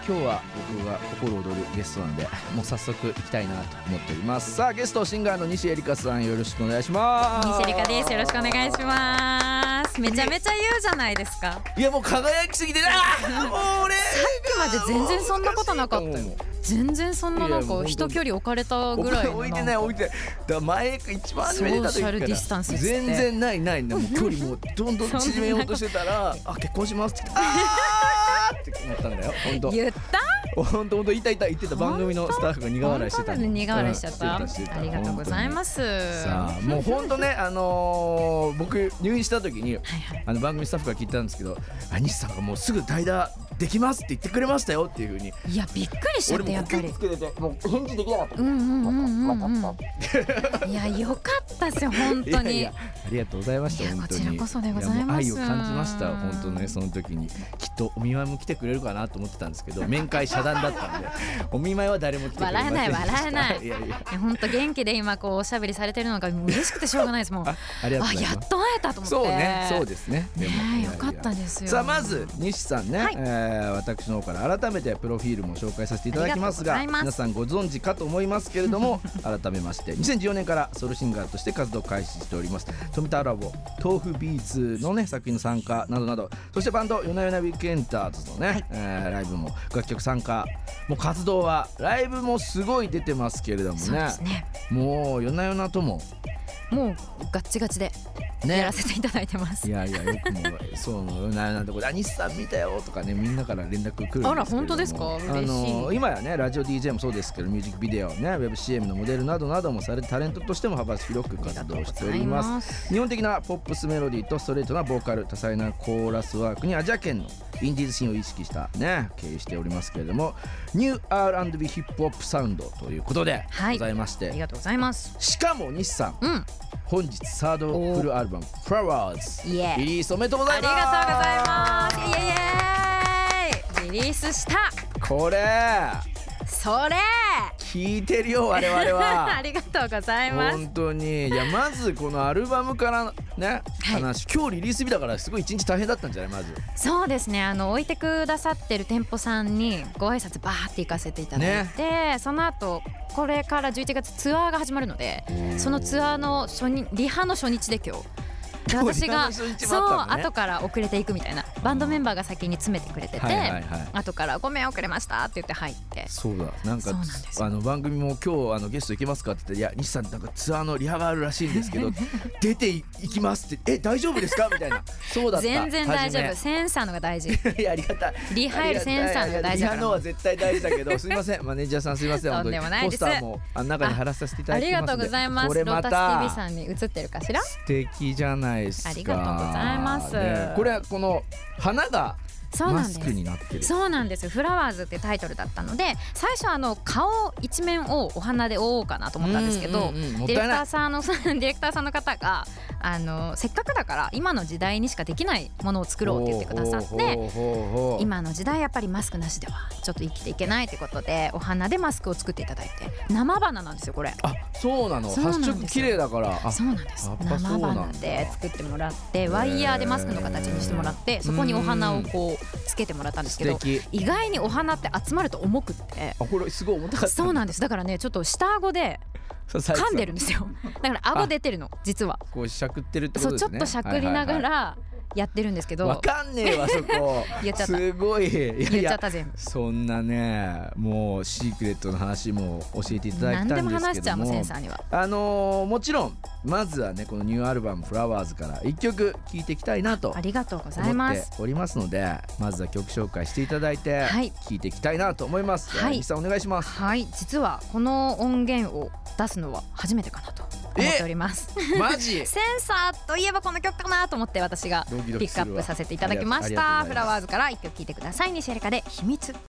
今日は僕が心躍るゲストなんでもう早速行きたいなと思っております。さあゲストシンガーの西エリカさん、よろしくお願いします。 西エリカです。よろしくお願いします。めちゃめちゃ言うじゃないですか。 いやもう輝きすぎてもう俺さっきまで全然そんなことなかったよ。全然そんななんか一距離置かれたぐらいの置いてない置いてない。だから前一番初めて出た時からソーシャルディスタンスって全然ないもう距離もどんどん縮めようとしてたらあ結婚しますってって思ったんだよ。本当言った本当言ってた番組のスタッフが苦笑いしてた。 苦笑いしちゃった。ありがとうございます。 さあもう本当ね僕入院した時に番組スタッフが聞いたんですけど、西さんがもうすぐ代打できますって言ってくれましたよっていう風に。 いやびっくりしちゃってやっぱり。 もう返事できなかった。 いやよかったですよ本当に。 いやありがとうございました。本当にこちらこそでございます。 愛を感じました本当ね。その時にきっとお見舞いも来てくれるかなと思ってたんですけど面会遮断だったんでお見舞いは誰も来てくれませんでした。 笑えないいや本当元気で今こうおしゃべりされてるのが嬉しくてしょうがないですもん。 ありがとうございます。 やっと会えたと思って。 そうですね。でもよかったですよ。 さあまず西さんね、私の方から改めてプロフィールも紹介させていただきますが、皆さんご存知かと思いますけれども改めまして2014年からソロシンガーとして活動を開始しております。富田ラボ、豆腐ビーツのね作品の参加などなど、そしてバンド夜な夜なウィークエンターズのね、ライブも楽曲参加もう活動はライブもすごい出てますけれども ねもう夜な夜なともガッチガチでやらせていただいてます。 いやよくもそうなんてこと西さん見たよとかねみんなから連絡来るんですけれども。 あら本当ですか。嬉しい。 今やねラジオ DJ もそうですけどミュージックビデオねウェブ CM のモデルなどなどもされてタレントとしても幅広く活動しております。日本的なポップスメロディーとストレートなボーカル、多彩なコーラスワークにアジア圏のインディーズシーンを意識したね経営しておりますけれども、ニュー R&B ヒップホップサウンドということでございまして、 ありがとうございます。 しかも西さん、本日サードフルアルバム Flowers リリースおめでとうございます。 ありがとうございます。イエイイエイリリースした。 これそれ聞いてるよ我々はありがとうございます。 本当に。いやまずこのアルバムからね、話今日リリース日だからすごい一日大変だったんじゃない。まずそうですね、置いてくださってる店舗さんにご挨拶バーって行かせていただいて、その後これから11月ツアーが始まるので、そのツアーのリハの初日で今日で私が後から遅れていくみたいな、バンドメンバーが先に詰めてくれてて、後からごめん遅れましたって言って入って。 そうだ、なんか番組も今日ゲスト行けますかって言って、いや西さんなんかツアーのリハがあるらしいんですけど出ていきますって大丈夫ですかみたいな。そうだった。 全然大丈夫。センサーのが大事。 いやありがたい。 リハよりセンサーのが大事だから。 リハのは絶対大事だけどすいませんマネージャーさんすいません。 とんでもないです。 ポスターも中に貼らせていただきますので。 ありがとうございます。 これまたロータス TV さんに映ってるかしら。 素敵じゃないですか。 ありがとうございます。 これこの花がマスクになってる。 そうなんです。フラワーズってタイトルだったので、最初顔一面をお花で覆おうかなと思ったんですけど、ディレクターさんの方がせっかくだから今の時代にしかできないものを作ろうって言ってくださって、今の時代やっぱりマスクなしではちょっと生きていけないってことでお花でマスクを作っていただいて、生花なんですよこれ。 あ、そうなの。発色綺麗だから。 そうなんです。生花で作ってもらって、ワイヤーでマスクの形にしてもらって、そこにお花をこうつけてもらったんですけど、意外にお花って集まると重くって。 これすごい重たかった。 そうなんです。だからねちょっと下顎で噛んでるんですよ。だから顎出てるの実は。 こうしゃくってるってことですね。 そうちょっとしゃくりながらやってるんですけど。 わかんねえわそこ。 言っちゃった。 すごい。 言っちゃった全部。 そんなねもうシークレットの話も教えていただきたいんですけども。 何でも話しちゃうもんセンサーには。 もちろんまずはねこのニューアルバムフラワーズから1曲聴いていきたいなとありがとうございます思っておりますので、まずは曲紹介していただいて聴いていきたいなと思います。西さんお願いします。 はい、実はこの音源を出すのは初めてかなと思っております。 マジセンサーといえばこの曲かなと思って私がピックアップさせていただきました。フラワーズから1曲聴いてください。西エリカで秘密。